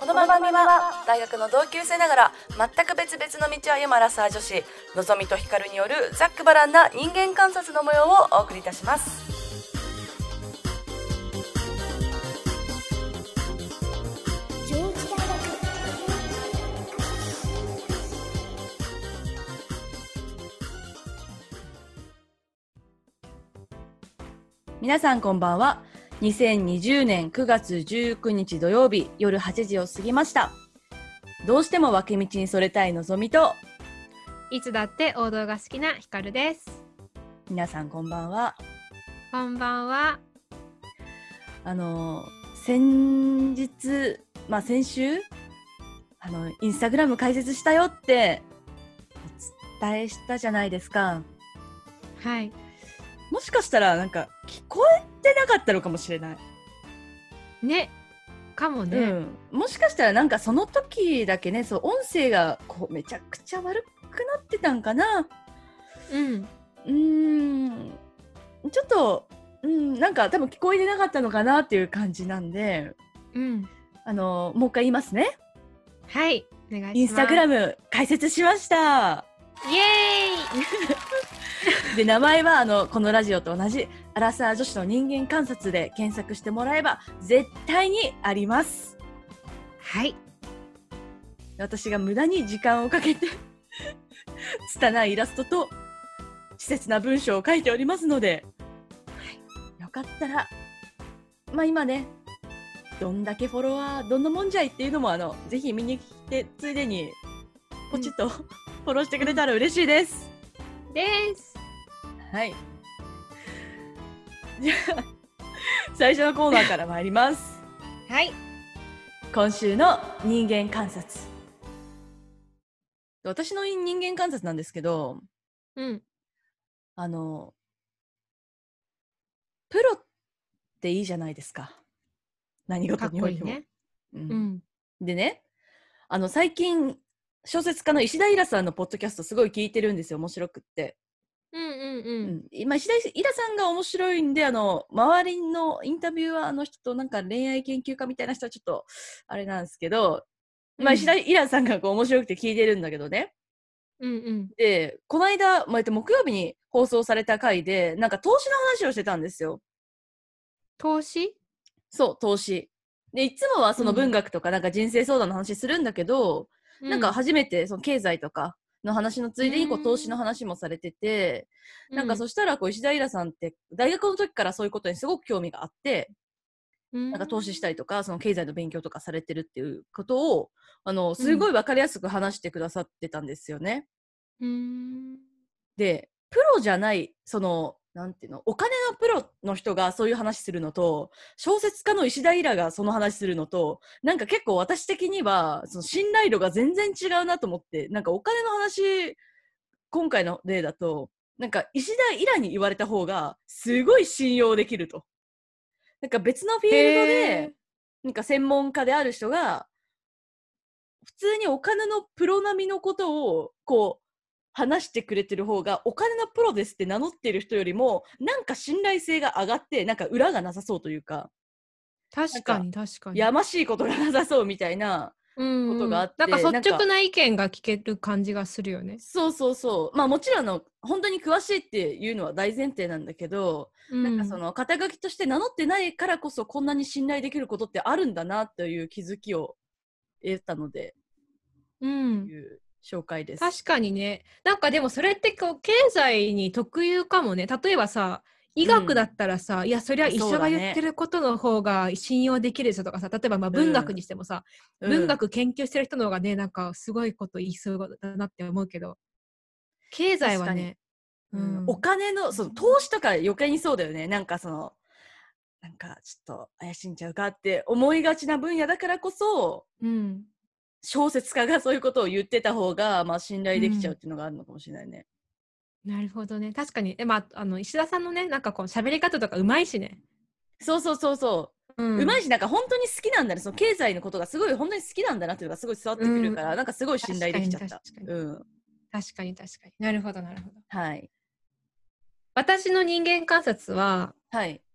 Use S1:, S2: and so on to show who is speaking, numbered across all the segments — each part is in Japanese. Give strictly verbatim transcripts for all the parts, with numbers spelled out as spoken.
S1: この番組は大学の同級生ながら全く別々の道を歩むアラサー女子のぞみとひかるによるざっくばらんな人間観察の模様をお送りいたします。皆さんこんばんは。にせんにじゅうねんくがつじゅうくにち土曜日夜はちじを過ぎました。どうしても脇道にそれたいのぞみと、
S2: いつだって王道が好きなひかるです。
S1: 皆さんこんばんは。
S2: こんばんは。
S1: あの先日まあ先週あのインスタグラム開設したよってお伝えしたじゃないですか。
S2: はい。
S1: もしかしたらなんか聞こえてなかったのかもしれない
S2: ね。かもね、
S1: うん、もしかしたらなんかその時だけね、そう音声がこうめちゃくちゃ悪くなってたんかな。
S2: うん
S1: うーんちょっと、うん、なんか多分聞こえてなかったのかなっていう感じなんで、
S2: うん、
S1: あのもう一回言いますね。
S2: はい、お願いします。
S1: インスタグラム開設しました。
S2: イエーイ
S1: で名前はあのこのラジオと同じアラサー女子の人間観察で検索してもらえば絶対にあります。
S2: はい。
S1: 私が無駄に時間をかけて拙いイラストと稚拙な文章を書いておりますので、はい、よかったらまあ今ねどんだけフォロワーどんなもんじゃいっていうのもあのぜひ見に来てついでにポチッと、うん、フォローしてくれたら嬉しいです
S2: です。
S1: はい。じゃあ最初のコーナーから参ります。
S2: はい。
S1: 今週の人間観察。私の人間観察なんですけど、
S2: うん、
S1: あのプロっていいじゃないですか。何事においても。
S2: かっこいいね。
S1: うん。
S2: うん、で
S1: ね、あの最近小説家の石田イラさんのポッドキャストすごい聞いてるんですよ。面白くって。
S2: うんうんうん。
S1: うん、今石田イラさんが面白いんで、あの周りのインタビュアーの人となんか恋愛研究家みたいな人はちょっとあれなんですけど、うん、まあ石田イラさんがこう面白くて聞いてるんだけどね。
S2: うんうん、
S1: でこの間、まあ、木曜日に放送された回でなんか投資の話をしてたんですよ。
S2: 投資？
S1: そう投資でいつもはその文学とかなんか人生相談の話するんだけど、うん、なんか初めてその経済とかの話のついでにこう投資の話もされてて、うん、なんかそしたらこう石田イラさんって大学の時からそういうことにすごく興味があって、うん、なんか投資したりとかその経済の勉強とかされてるっていうことをあのすごい分かりやすく話してくださってたんですよね。うん、でプロじゃないそのなんていうのお金のプロの人がそういう話するのと小説家の石田イラがその話するのとなんか結構私的にはその信頼度が全然違うなと思って、なんかお金の話今回の例だとなんか石田イラに言われた方がすごい信用できると、なんか別のフィールドでなんか専門家である人が普通にお金のプロ並みのことをこう話してくれてる方がお金のプロですって名乗ってる人よりもなんか信頼性が上がってなんか裏がなさそうというか、
S2: 確かに確かに
S1: やましいことがなさそうみたいなことがあって、
S2: うんうん、なんか率直な意見が聞ける感じがするよね。
S1: そうそうそう、まあもちろんの本当に詳しいっていうのは大前提なんだけど、うん、なんかその肩書きとして名乗ってないからこそこんなに信頼できることってあるんだなという気づきを得たので、うん、いう紹介です。
S2: 確かにね。なんかでもそれってこう経済に特有かもね。例えばさ医学だったらさ、うん、いやそりゃ医者が言ってることの方が信用できるぞとかさ、例えばまあ文学にしてもさ、うん、文学研究してる人の方がねなんかすごいこと言いそうだなって思うけど、経済はね、
S1: うん、お金のその投資とか余計にそうだよね。なんかそのなんかちょっと怪しいんちゃうかって思いがちな分野だからこそ、うん、小説家がそういうことを言ってた方が、まあ、信頼できちゃうっていうのがあるのかもしれないね。
S2: うん、なるほどね。確かに。でも、あの石田さんのねなんかこう喋り方とかうまいしね。
S1: そうそうそうそう、うん、うまいしなんか本当に好きなんだね。その経済のことがすごい本当に好きなんだなっていうのがすごい伝わってくるから、うん、なんかすごい信頼できちゃった。
S2: 確かに確かに、うん、確かに確かに。なるほどなるほど。
S1: はい。
S2: 私の人間観察は、
S1: はい。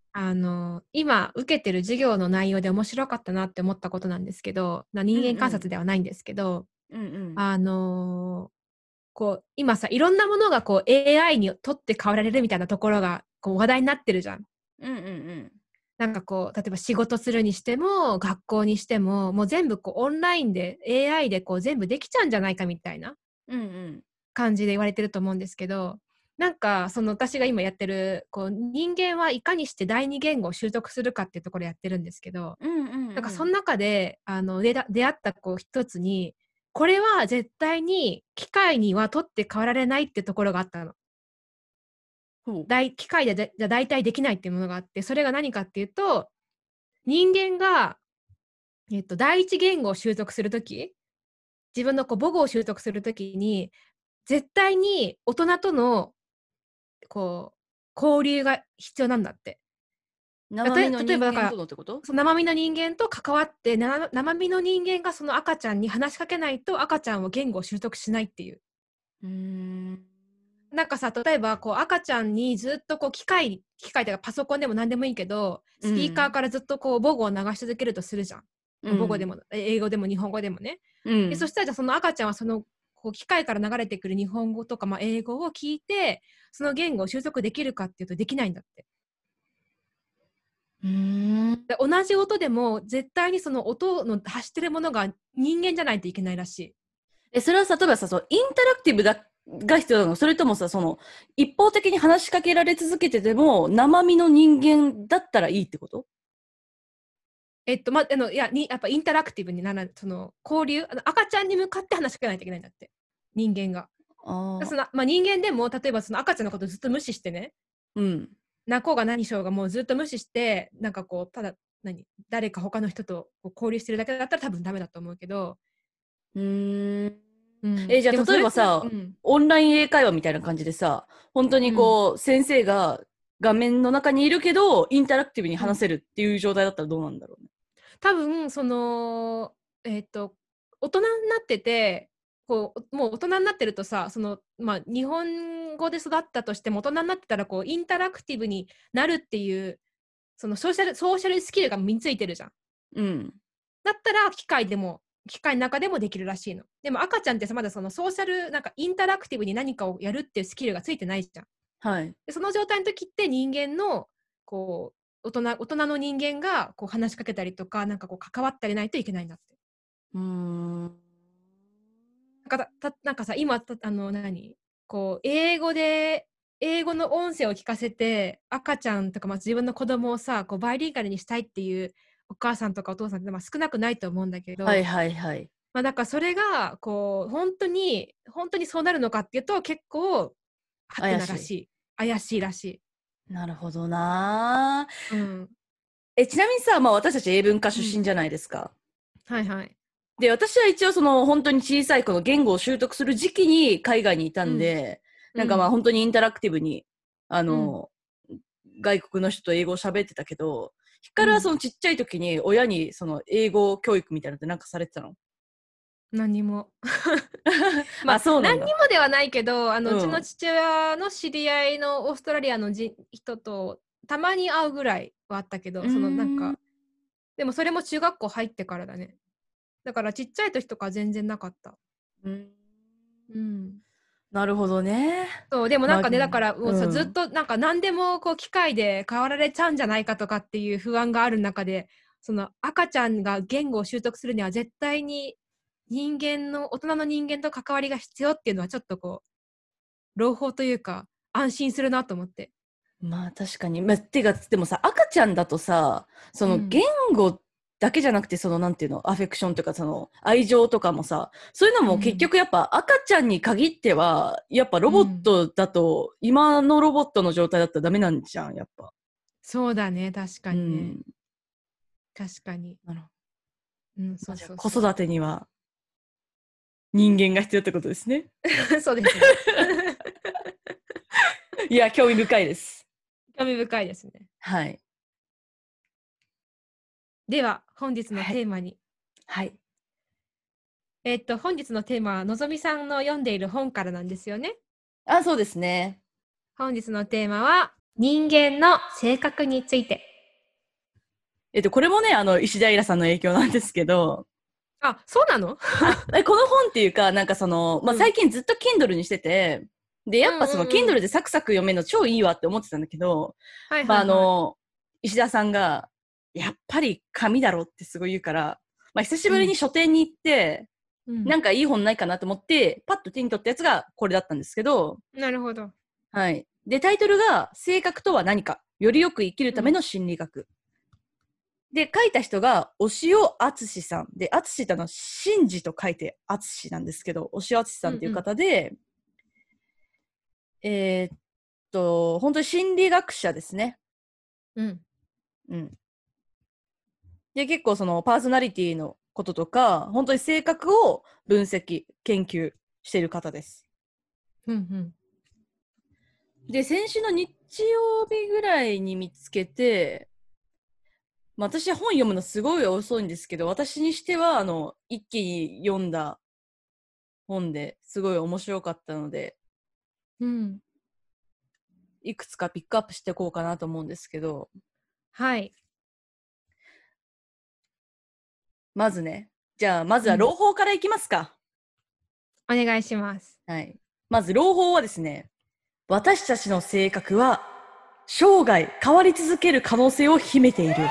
S2: あの今受けてる授業の内容で面白かったなって思ったことなんですけど、人間観察ではないんですけど、
S1: うんうん、
S2: あのこう今さいろんなものがこう エーアイ にとって代わられるみたいなところがこう話題になってるじゃん。
S1: うんうんうん。
S2: なんかこう例えば仕事するにしても学校にしてももう全部こうオンラインで エーアイ でこう全部できちゃうんじゃないかみたいな
S1: うんうん。
S2: 感じで言われてると思うんですけど、なんかその私が今やってるこう人間はいかにして第二言語を習得するかっていうところやってるんですけど、
S1: うんうんうん。
S2: なんかその中であの出だ出会ったこう一つに、これは絶対に機械には取って代わられないってところがあったの。
S1: ほう。
S2: 大機械でじゃ大体できないっていうものがあって、それが何かっていうと、人間が、えっと、第一言語を習得するとき、自分のこう母語を習得するときに絶対に大人とのこう交流が必要なんだって。たとえ
S1: 生身の
S2: 例えばだから、
S1: 人間とのってこと？
S2: その生身の人間と関わって、な生身の人間がその赤ちゃんに話しかけないと赤ちゃんは言語を習得しないっていう。
S1: うーん。
S2: なんかさ、例えばこう赤ちゃんにずっとこう機械機械というかパソコンでも何でもいいけど、スピーカー
S1: うん。
S2: からずっとこう母語を流し続けるとするじゃん。
S1: うん。
S2: 母語でも英語でも日本語でもね。でそ
S1: うん。
S2: したらじゃあその赤ちゃんはそのこう機械から流れてくる日本語とか、まあ、英語を聞いてその言語を習得できるかっていうとできないんだって。
S1: うーん。
S2: で同じ音でも絶対にその音の発してるものが人間じゃないといけないらしい。
S1: え、それはさ、例えばさ、そう、インタラクティブだが必要なの？それともさ、その、一方的に話しかけられ続けてても、生身の人間だったらいいってこと？
S2: えっと、ま、あの、いや、にやっぱインタラクティブにならその、交流あの、赤ちゃんに向かって話しかけないといけないんだって、人間が。そ
S1: ああ。
S2: の、ま、人間でも、例えばその赤ちゃんのことずっと無視してね、
S1: うん。
S2: 泣こうが何しようがもうずっと無視して、なんかこう、ただ、何、誰か他の人とこう交流してるだけだったら多分ダメだと思うけど、
S1: うーん。
S2: うん。
S1: え、じゃあ、
S2: でもそれってなんう
S1: 例えばさ、
S2: ん。
S1: オンライン英会話みたいな感じでさ、本当に
S2: うん。
S1: こう、先生が画面の中にいるけど、インタラクティブに
S2: うん。
S1: 話せるっていう状態だったらどうなんだろうね。
S2: 多分その、えっと、大人になってて、こう、もう大人になってるとさ、その、ま、日本語で育ったとしても、大人になってたらこうインタラクティブになるっていう、そのソーシャルソーシャルスキルが身についてるじゃん。
S1: うん。
S2: だったら機械でも機械の中でもできるらしいの。でも赤ちゃんってさ、まだそのソーシャルなんかインタラクティブに何かをやるっていうスキルがついてないじゃん。
S1: はい。
S2: で、その状態の時って人間のこう、大人大人の人間がこう話しかけたりとか、なんかこう関わってあげないといけないんだって。
S1: うーん。
S2: なんかたたなんかさ、今たあの何、こう英語で英語の音声を聞かせて、赤ちゃんとか、ま、自分の子供をさ、こうバイリンガルにしたいっていうお母さんとかお父さんって、ま、少なくないと思うんだけど、
S1: はいはいはい。
S2: ま、だからそれがこうほんとにほんとにそうなるのかっていうと、結構はて
S1: 怪しい。
S2: ならしい。怪しいらしい。
S1: なるほどな。
S2: うん。
S1: え、ちなみにさ、まあ、私たち英文科
S2: うん。
S1: 出身じゃないですか。
S2: はいはい。
S1: で、私は一応その本当に小さい子の言語を習得する時期に海外にいた
S2: うん。
S1: んで、なんかまあ
S2: うん。
S1: 本当にインタラクティブに、あ
S2: うん。
S1: の、外国の人と英語を喋ってたけど、ヒカルはそ
S2: うん。
S1: のちっちゃい時に親にその英語教育みたいなのってなんかされてたの？
S2: 何にも。ま
S1: あ、
S2: あ、何に
S1: そうなんだ。
S2: もではないけど、あの、うちの
S1: うん。
S2: 父親の知り合いのオーストラリアのじ人とたまに会うぐらいはあったけ
S1: うー
S2: ど、そのなん
S1: ん。
S2: か、でもそれも中学校入ってからだね。だからちっちゃい時とか全然なかった。
S1: うーん。
S2: うん。
S1: なるほどね。
S2: そう、でもな
S1: まあ、
S2: んかね、だからもうさ、ずっ
S1: うん。
S2: となんか何でもこう機械で変わられちゃうんじゃないかとかっていう不安がある中で、その赤ちゃんが言語を習得するには絶対に人間の大人の人間と関わりが必要っていうのはちょっとこう朗報というか、安心するなと思って。
S1: まあ確かに。まあ、てか、でもさ、赤ちゃんだとさ、その言
S2: うん。
S1: 語だけじゃなくて、そのなんていうの、アフェクションというか、その愛情とかもさ、そういうのも結
S2: うん。
S1: 局やっぱ赤ちゃんに限っては、やっぱロボッ
S2: うん。
S1: トだと、今のロボットの状態だったらダメなんじゃん、やっぱ。
S2: そうだね、確かにね。
S1: うん。
S2: 確かに。
S1: なるほど。
S2: うん、
S1: まあ、
S2: そう
S1: じゃあ子
S2: そうそう。
S1: 育てには人間が必要ってことですね。
S2: そうですね。
S1: いや、興味深いです。
S2: 興味深いですね。
S1: はい。
S2: では、本日の
S1: はい。
S2: テーマに。
S1: はい。
S2: えっと、本日のテーマはのぞみさんの読んでいる本からなんですよね。
S1: あ、そうですね。
S2: 本日のテーマは、 人間の性格について。
S1: えっと、これもね、あの、石田イラさんの影響なんですけど、
S2: あ、そうなの？
S1: あ、えこの本っていうか、なんかその、まあ、
S2: うん
S1: 最近ずっと Kindle にしてて、で、やっぱその
S2: うんうんうん
S1: Kindle でサクサク読めるの超いいわって思ってたんだけど、まあ、
S2: はいはいはい。
S1: あの、石田さんが、やっぱり紙だろってすごい言うから、まあ、久しぶりに書店に行って、
S2: うん、
S1: なんかいい本ないかなと思って、パッと手に取ったやつがこれだったんですけど、
S2: なるほど。
S1: はい。で、タイトルが、性格とは何か、よりよく生きるための心理学。で、書いた人が、押尾敦さん。で、敦ってあの、真治と書いて敦なんですけど、押尾敦さんっていう方で、うんうん、えー、っと、本当に心理学者ですね。
S2: うん。
S1: うん。で、結構その、パーソナリティのこととか、本当に性格を分析、研究している方です。
S2: うんうん。
S1: で、先週の日曜日ぐらいに見つけて、まあ、私は本読むのすごい遅いんですけど、私にしては、あの、一気に読んだ本ですごい面白かったので、
S2: うん。
S1: いくつかピックアップしていこうかなと思うんですけど、
S2: はい。
S1: まずね、じゃあ、まずは
S2: うん、
S1: 朗報からいきますか。
S2: お願いします。
S1: はい。まず朗報はですね、私たちの性格は生涯変わり続ける可能性を秘めている。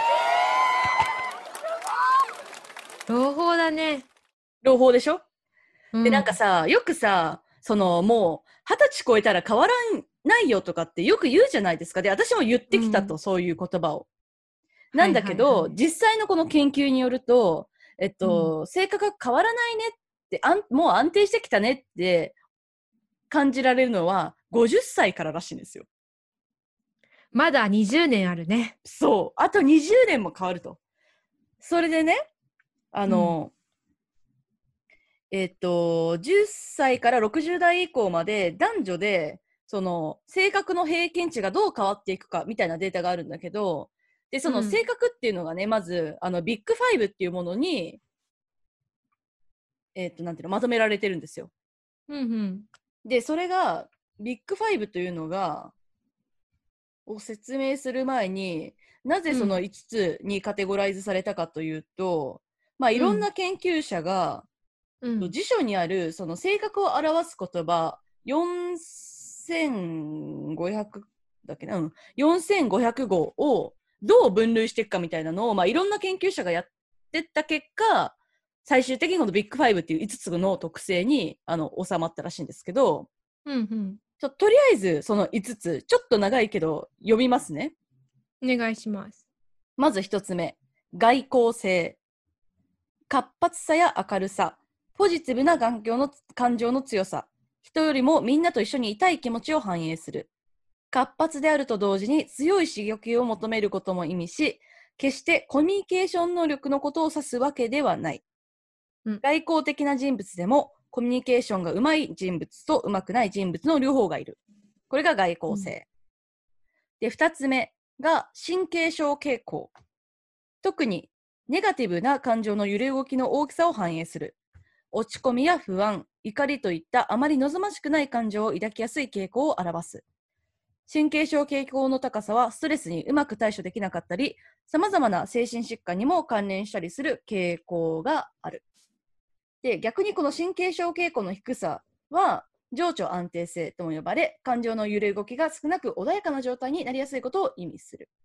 S2: 朗報だね。
S1: 朗報でしょ、
S2: うん、
S1: で、なんかさ、よくさ、そのもう二十歳超えたら変わらないよとかってよく言うじゃないですか。で、私も言ってきたと、
S2: うん、
S1: そういう言葉を。なん
S2: はい
S1: だけど、
S2: はいはい。
S1: 実際のこの研究によると、えっ
S2: うん、
S1: と、性格が変わらないねってあん、もう安定してきたねって感じられるのはごじゅっさいかららしいんですよ。
S2: まだにじゅうねんあるね。
S1: そう。あとにじゅうねんも変わると。それでね、あ
S2: うん、
S1: の、えっと、じゅっさいからろくじゅう代以降まで男女で、その、性格の平均値がどう変わっていくかみたいなデータがあるんだけど、で、その
S2: うん、
S1: 性格っていうのがね、まず、あの、ビッグファイブっていうものに、えっと、なんていうの、まとめられてるんですよ。
S2: うん、うん、
S1: で、それが、ビッグファイブというのが、を説明する前に、なぜそのいつつにカテゴライズされたかというと、まあ、いろんな研究者が、
S2: うん、
S1: 辞書にあるその性格を表す言葉よんせんごひゃくだっけな、うん、よんせんごひゃくごをどう分類していくかみたいなのを、まあ、いろんな研究者がやってった結果、最終的にこのビッグファイブっていういつつの特性にあの収まったらしいんですけど、
S2: うん、うん。
S1: ちょとりあえずそのいつつ、ちょっと長いけど読みますね。
S2: お願いします。
S1: まずひとつめ、外交性。活発さや明るさ、ポジティブな環境の感情の強さ、人よりもみんなと一緒にいたい気持ちを反映する。活発であると同時に強い刺激を求めることも意味し、決してコミュニケーション能力のことを指すわけではない。
S2: うん、
S1: 外交的な人物でもコミュニケーションが上手い人物と上手くない人物の両方がいる。これが外交性。うん、で、二つ目が神経症傾向。特にネガティブな感情の揺れ動きの大きさを反映する。落ち込みや不安、怒りといったあまり望ましくない感情を抱きやすい傾向を表す。神経症傾向の高さはストレスにうまく対処できなかったり、様々な精神疾患にも関連したりする傾向がある。で、逆にこの神経症傾向の低さは、情緒安定性とも呼ばれ、感情の揺れ動きが少なく穏やかな状態になりやすいことを意味する。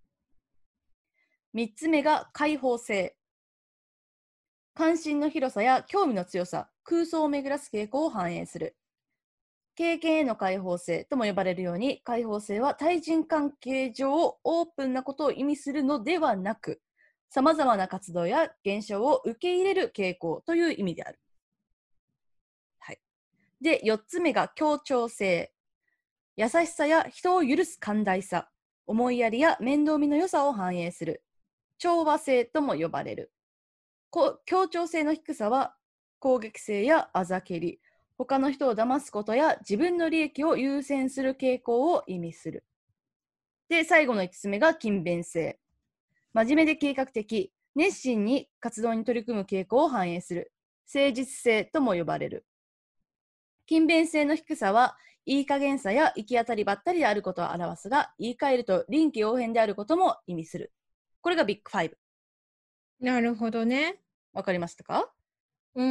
S1: みっつめが開放性。関心の広さや興味の強さ、空想を巡らす傾向を反映する。経験への開放性とも呼ばれるように、開放性は対人関係上オープンなことを意味するのではなく、様々な活動や現象を受け入れる傾向という意味である。はい。で、よっつめが協調性。優しさや人を許す寛大さ、思いやりや面倒見の良さを反映する。調和性とも呼ばれる。協調性の低さは攻撃性やあざけり、他の人を騙すことや自分の利益を優先する傾向を意味する。で、最後のいつつめが勤勉性。真面目で計画的、熱心に活動に取り組む傾向を反映する。誠実性とも呼ばれる。勤勉性の低さはいい加減さや行き当たりばったりであることを表すが、言い換えると臨機応変であることも意味する。これがビッグファイブ。
S2: なるほどね。
S1: わかりましたか？
S2: うん。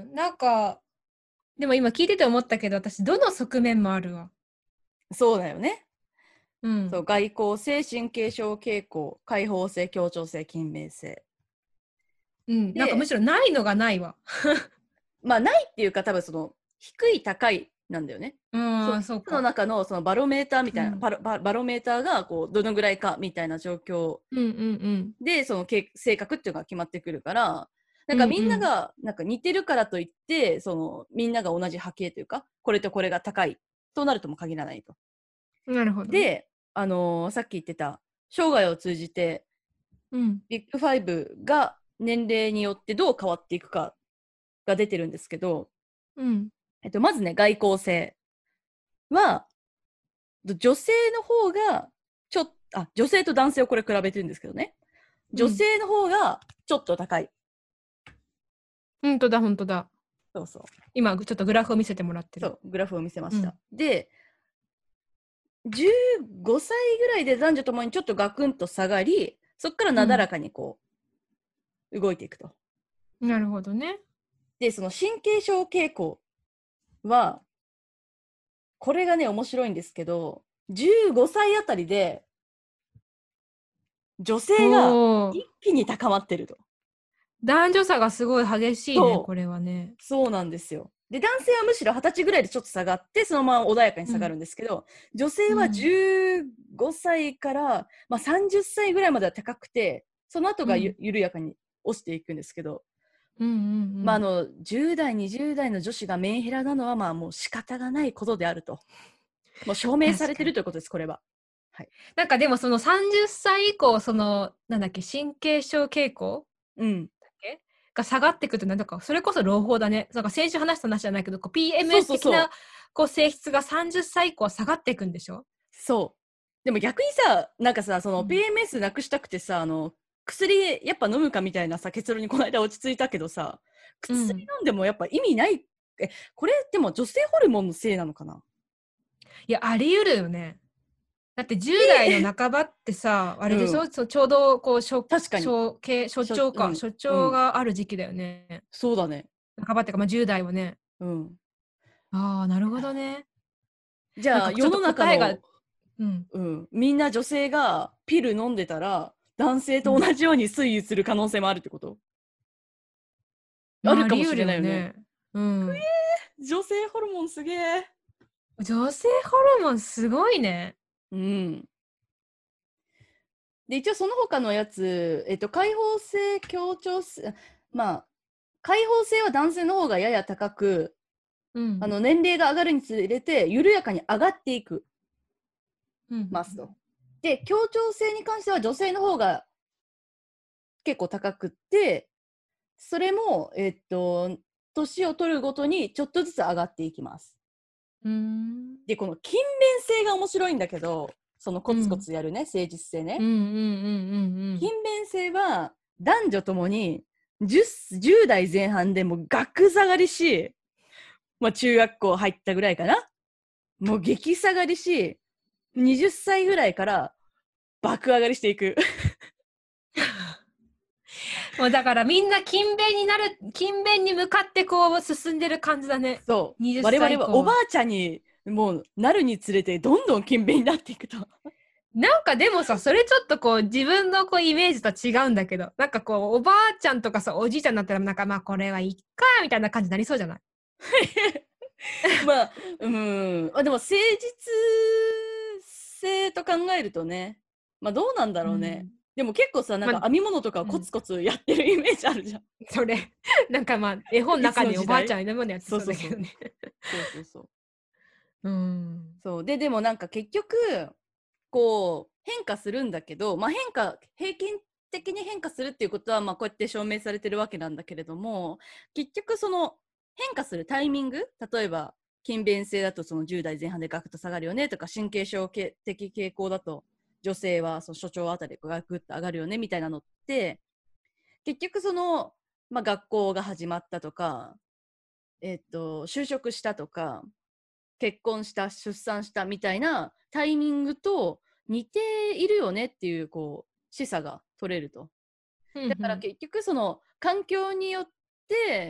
S2: なんか、でも今聞いてて思ったけど、私、どの側面もあるわ。
S1: そうだよね。
S2: うん。
S1: そう、外交性、神経症傾向、開放性、協調性、勤勉性。
S2: うん。なんかむ
S1: で、
S2: しろないのがないわ。
S1: まあ、ないっていうか、多分その、低い、高いなんだよね。
S2: う
S1: その
S2: ん、そう
S1: の
S2: か。
S1: 中のそのバロメーターみたいな、
S2: うん。
S1: バロババロメーターがこうどのぐらいかみたいな状況
S2: うんうんうん。
S1: で、そのけ性格っていうのが決まってくるから、なんかみんな
S2: うんうん。
S1: がなんか似てるからといって、そのみんなが同じ波形というか、これとこれが高いとなるとも限らないと。
S2: なるほどね。
S1: で、あのーさっき言ってた生涯を通じて
S2: うん。
S1: ビッグファイブが年齢によってどう変わっていくかが出てるんですけど、
S2: うん。
S1: えっと、まずね、外交性は、女性の方が、ちょっと、あ、女性と男性をこれ比べてるんですけどね。女性の方がちょっと高い。
S2: ほんとだ、ほんとだ。
S1: そうそう。
S2: 今、ちょっとグラフを見せてもらってる。
S1: そう、グラフを見せました。
S2: うん。
S1: で、じゅうごさいぐらいで男女ともにちょっとガクンと下がり、そこからなだらかにこう、動いていくと。
S2: なるほどね。
S1: で、その神経症傾向は、これがね、面白いんですけど、じゅうごさいあたりで、女性が
S2: おー。
S1: 一気に高まってると。
S2: 男女差がすごい激しいね、
S1: そう、
S2: これはね。
S1: そうなんですよ。で、男性はむしろはたちぐらいでちょっと下がって、そのまま穏やかに
S2: うん。
S1: 下がるんですけど、女性は
S2: うん。
S1: じゅうごさいから、まあ、さんじゅっさいぐらいまでは高くて、その後がゆ、
S2: うん。
S1: 緩やかに落ちていくんですけど、
S2: うんうんう
S1: まあ、あ
S2: ん。
S1: の、じゅう代、にじゅう代の女子がメンヘラなのは、まあ、もう仕方がないことであると。もう証明され
S2: 確かに。
S1: てるということです、これは。はい。
S2: なんかでもそのさんじゅっさい以降、その、なんだっけ、神経症傾向
S1: うん。
S2: だっけが下がってくると、なんだか、それこそ朗報だね。なんか先週話した話じゃないけど、こう
S1: そう
S2: ピーエムエス 的な
S1: そうそう。
S2: こう性質がさんじゅっさい以降は下がっていくんでしょ？
S1: そう。でも逆にさ、なんかさ、その
S2: うん。
S1: ピーエムエス なくしたくてさ、あの、薬やっぱ飲むかみたいなさ、結論にこの間落ち着いたけどさ、薬
S2: うん。
S1: 飲んでもやっぱ意味ない。え、これでも女性ホルモンのせいなのかな？
S2: いや、あり得るよね。だってじゅう代の半ばってさ、あれでし
S1: うん。
S2: ょ、そうちょうどこう、しょ
S1: 確かに。
S2: しょけ所
S1: しょ、
S2: 長か、
S1: うん。
S2: 所
S1: うん。
S2: 長がある時期だよね。
S1: そうだね。
S2: 半ばってか、まあ、じゅう代はね。
S1: うん。
S2: ああ、なるほどね。
S1: じゃあ、
S2: なんかちょっと
S1: 世の中
S2: 答えが、
S1: の、
S2: うん。
S1: うん、みんな女性がピル飲んでたら、男性
S2: うん。
S1: と同じように推移する可能性もあるってこと？あ
S2: まあ、
S1: るかもし
S2: あり得る
S1: れないよね。
S2: よね。うん。
S1: 女性ホルモンすげえ。
S2: 女性ホルモンすごいね。
S1: うん。で、一応その他のやつ、えっと、開放性、協調性、まあ、開放性は男性の方がやや高く、
S2: うん。
S1: あの、年齢が上がるにつれて、緩やかに上がっていく
S2: うん。
S1: ますと。で、協調性に関しては女性の方が結構高くって、それも、えっと、年を取るごとにちょっとずつ上がっていきます。
S2: うん。
S1: で、この勤勉性が面白いんだけど、そのコツコツやるね、誠実性ね。
S2: うんうんうんうん
S1: 勤勉性は男女ともに 10, じゅう代前半でもう学下がりし、まあ、中学校入ったぐらいかな。もう激下がりし、はたちぐらいから爆上がりしていく。
S2: もうだからみんな勤勉になる、勤勉に向かってこう進んでる感じだね。
S1: そう。
S2: 20
S1: 我々はおば
S2: 歳以降は。
S1: あちゃんにもうなるにつれてどんどん勤勉になっていくと。
S2: なんかでもさ、それちょっとこう自分のこうイメージと違うんだけど、なんかこうおばあちゃんとかさ、おじいちゃんになったらなんかまあこれはいっかみたいな感じになりそうじゃない？
S1: まあ、うん。あでも誠実性と考えるとね、まあどうなんだろうね。
S2: うん。
S1: でも結構さ、なん
S2: まあ、
S1: か編み物とかを
S2: うん。
S1: コツコツやってるイメージあるじゃん。
S2: それ、なんかまあ絵本の
S1: いつ
S2: 中にお
S1: の時代？
S2: ばあちゃんいるものやってそう
S1: そうそうそう。
S2: だけどね。
S1: そうそうそう。
S2: うん。
S1: そう。で、でもなんか結局、こう、変化するんだけど、まあ変化、平均的に変化するっていうことは、まあこうやって証明されてるわけなんだけれども、結局その変化するタイミング、例えば、勤勉性だとそのじゅう代前半でガクッと下がるよねとか、神経症的傾向だと女性はその所長あたりでガクッと上がるよねみたいなのって、結局その、まあ、学校が始まったとか、えっと、就職したとか、 結婚した出産したみたいなタイミングと似ているよねっていうこう示唆が取れると。だから結局その環境によって、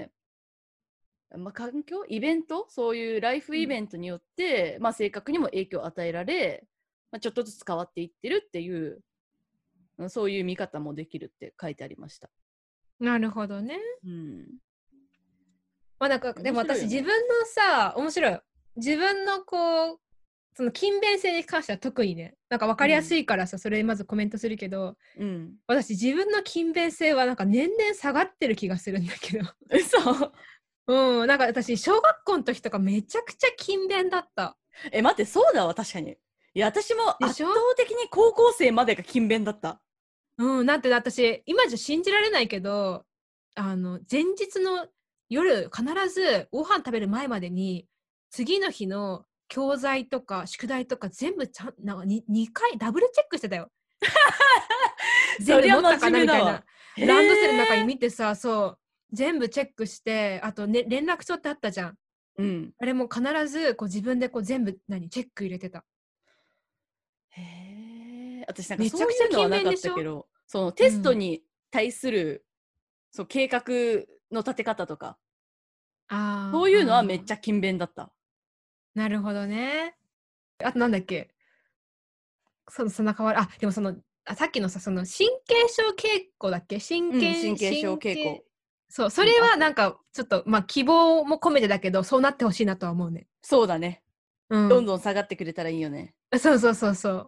S1: まあ、環境イベントそういうライフイベントによって、うん、まあ、性格にも影響を与えられ、まあ、ちょっとずつ変わっていってるっていうそういう見方もできるって書いてありました。
S2: なるほどね。
S1: うん。
S2: まあなんかでも私、ね、自分のさ面白い自分のこうその勤勉性に関しては特にねなんか分かりやすいからさ、うん、それまずコメントするけど、うん、私自分の勤勉性はなんか年々下がってる気がするんだけど
S1: 嘘
S2: うんなんか私小学校の時とかめちゃくちゃ勤勉だった。
S1: え待ってそうだわ確かに。いや私も圧倒的に高校生までが勤勉だった。
S2: うんなんて私今じゃ信じられないけどあの前日の夜必ずご飯食べる前までに次の日の教材とか宿題とか全部ちゃんなんか 2, 2回ダブルチェックしてたよ。全部持ったかなみたいな。ランドセルの中に見てさそう全部チェックしてあと、ね、連絡帳ってあったじゃん、うん、あれも必ずこう自分でこう全部何チェック入れてた。
S1: へえ。私なんかそういうのはなかったけどそのテストに対する、うん、そう計画の立て方とかあそういうのはめっちゃ勤勉だった。
S2: なるほどね。あとなんだっけそのそんな変わるあでもそのあさっきのさその神経症傾向だっけ神経、うん、
S1: 神経症傾向
S2: そうそれはなんかちょっとまあ希望も込めてだけどそうなってほしいなとは思うね。
S1: そうだね、うん、どんどん下がってくれたらいいよね。
S2: そうそうそうそう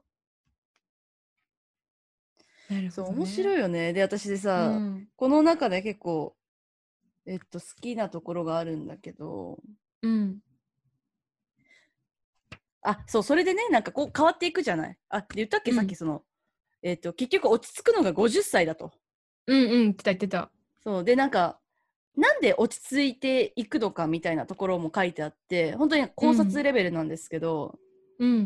S1: なるほど、ね、そう面白いよね。で私でさ、うん、この中で結構えっと好きなところがあるんだけど、うんあそうそれでねなんかこう変わっていくじゃない。あ言ったっけ、うん、さっきそのえっと結局落ち着くのがごじゅっさいだと。
S2: うんうん言ってた言ってた。
S1: そうでなんかなんで落ち着いていくのかみたいなところも書いてあって本当に考察レベルなんですけど、うん、うん、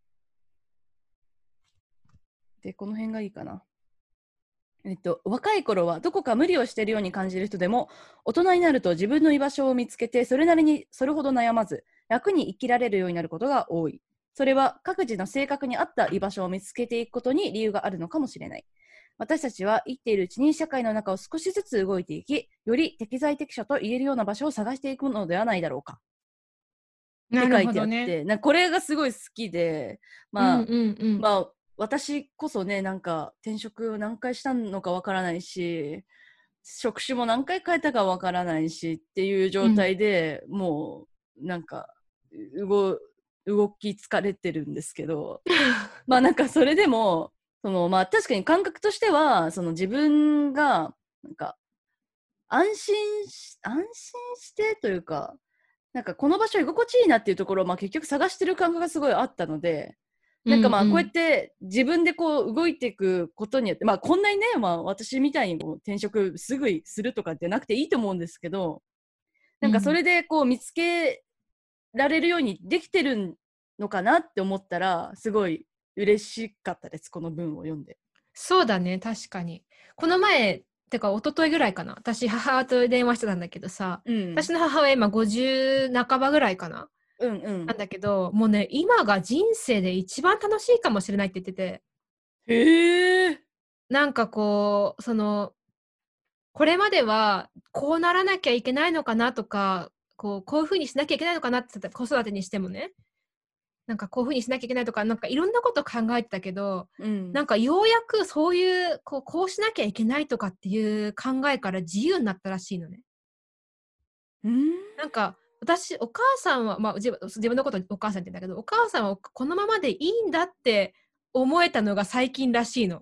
S1: でこの辺がいいかな。えっと、若い頃はどこか無理をしているように感じる人でも大人になると自分の居場所を見つけてそれなりにそれほど悩まず楽に生きられるようになることが多い。それは各自の性格に合った居場所を見つけていくことに理由があるのかもしれない。私たちは生きているうちに社会の中を少しずつ動いていきより適材適所と言えるような場所を探していくのではないだろうかって書いてあって、ね、なんかこれがすごい好きでまあ、うんうんうん、まあ私こそねなんか転職何回したのかわからないし職種も何回変えたかわからないしっていう状態で、うん、もうなんか動動き疲れてるんですけどまあなんかそれでもそのまあ確かに感覚としてはその自分がなんか安心し安心してというかなんかこの場所居心地いいなっていうところをまあ結局探してる感覚がすごいあったのでなんかまあこうやって自分でこう動いていくことによって、まあこんなにね、まあ私みたいにこう転職すぐするとかってなくていいと思うんですけど、なんかそれでこう見つけられるようにできてるのかなって思ったら、すごい嬉しかったです、この文を読んで。
S2: そうだね、確かに。この前、てか一昨日ぐらいかな、私母親と電話してたんだけどさ、うん、私の母親今ごじゅう半ばぐらいかな。うんうん、なんだけどもうね今が人生で一番楽しいかもしれないって言ってて
S1: へー
S2: なんかこうそのこれまではこうならなきゃいけないのかなとかこうこういうふうにしなきゃいけないのかなって言ったら子育てにしてもねなんかこういうふうにしなきゃいけないとかなんかいろんなこと考えてたけど、うん、なんかようやくそういうこうこうしなきゃいけないとかっていう考えから自由になったらしいのね。うんなんか私お母さんは、まあ、自分自分のことお母さんって言うんだけどお母さんはこのままでいいんだって思えたのが最近らしいの。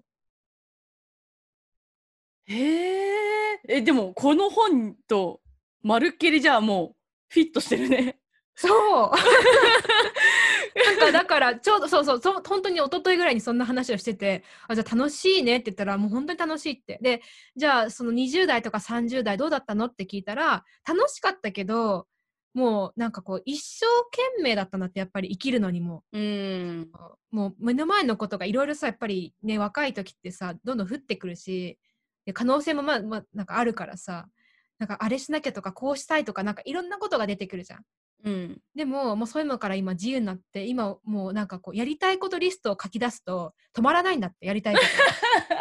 S1: へえでもこの本とまるっきりじゃあもうフィットしてるね。
S2: そうなんかだからちょうどそうそうそう本当に一昨日ぐらいにそんな話をしててあじゃあ楽しいねって言ったらもう本当に楽しいってでじゃあそのにじゅう代とかさんじゅう代どうだったのって聞いたら楽しかったけどもうなんかこう一生懸命だったなってやっぱり生きるのにもうんもう目の前のことがいろいろさやっぱりね若い時ってさどんどん降ってくるし可能性もまあ、まあ、なんかあるからさなんかあれしなきゃとかこうしたいとかなんかいろんなことが出てくるじゃん。
S1: うん、
S2: でも、もうそういうのから今自由になって、今もうなんかこう、やりたいことリストを書き出すと、止まらないんだって、やりたいことが。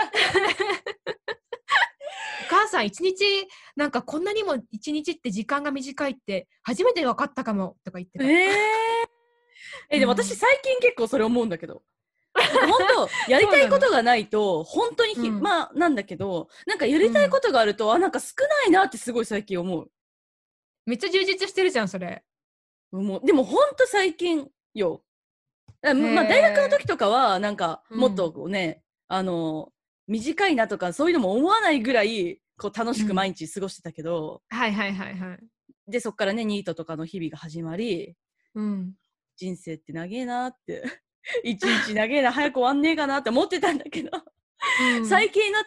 S2: お母さん一日、なんかこんなにも一日って時間が短いって初めて分かったかもとか言ってた。
S1: えー、え、でも私
S2: うん、
S1: 最近結構それ思うんだけど。なんか本当、やりたいことがないと、本当にひ、
S2: うん、
S1: まあなんだけど、なんかやりたい
S2: うん。
S1: ことがあると、あ、なんか少ないなってすごい最近思う。
S2: めっちゃ充実してるじゃん、それ。
S1: もうでも本当最近よ。あ
S2: へ
S1: まあ大学の
S2: え。
S1: 時とかは、なんかもっ
S2: うん。
S1: とこうね、あの、短いなとかそういうのも思わないぐらい、こう楽しく
S2: うん。
S1: 毎日過ごしてたけど、
S2: はいはいはいはい。
S1: で、そっからね、ニートとかの日々が始まり、
S2: うん。
S1: 人生って長えなって、一日長えな、早く終わんねえかなって思ってたんだけど、
S2: うん。
S1: 最近になって、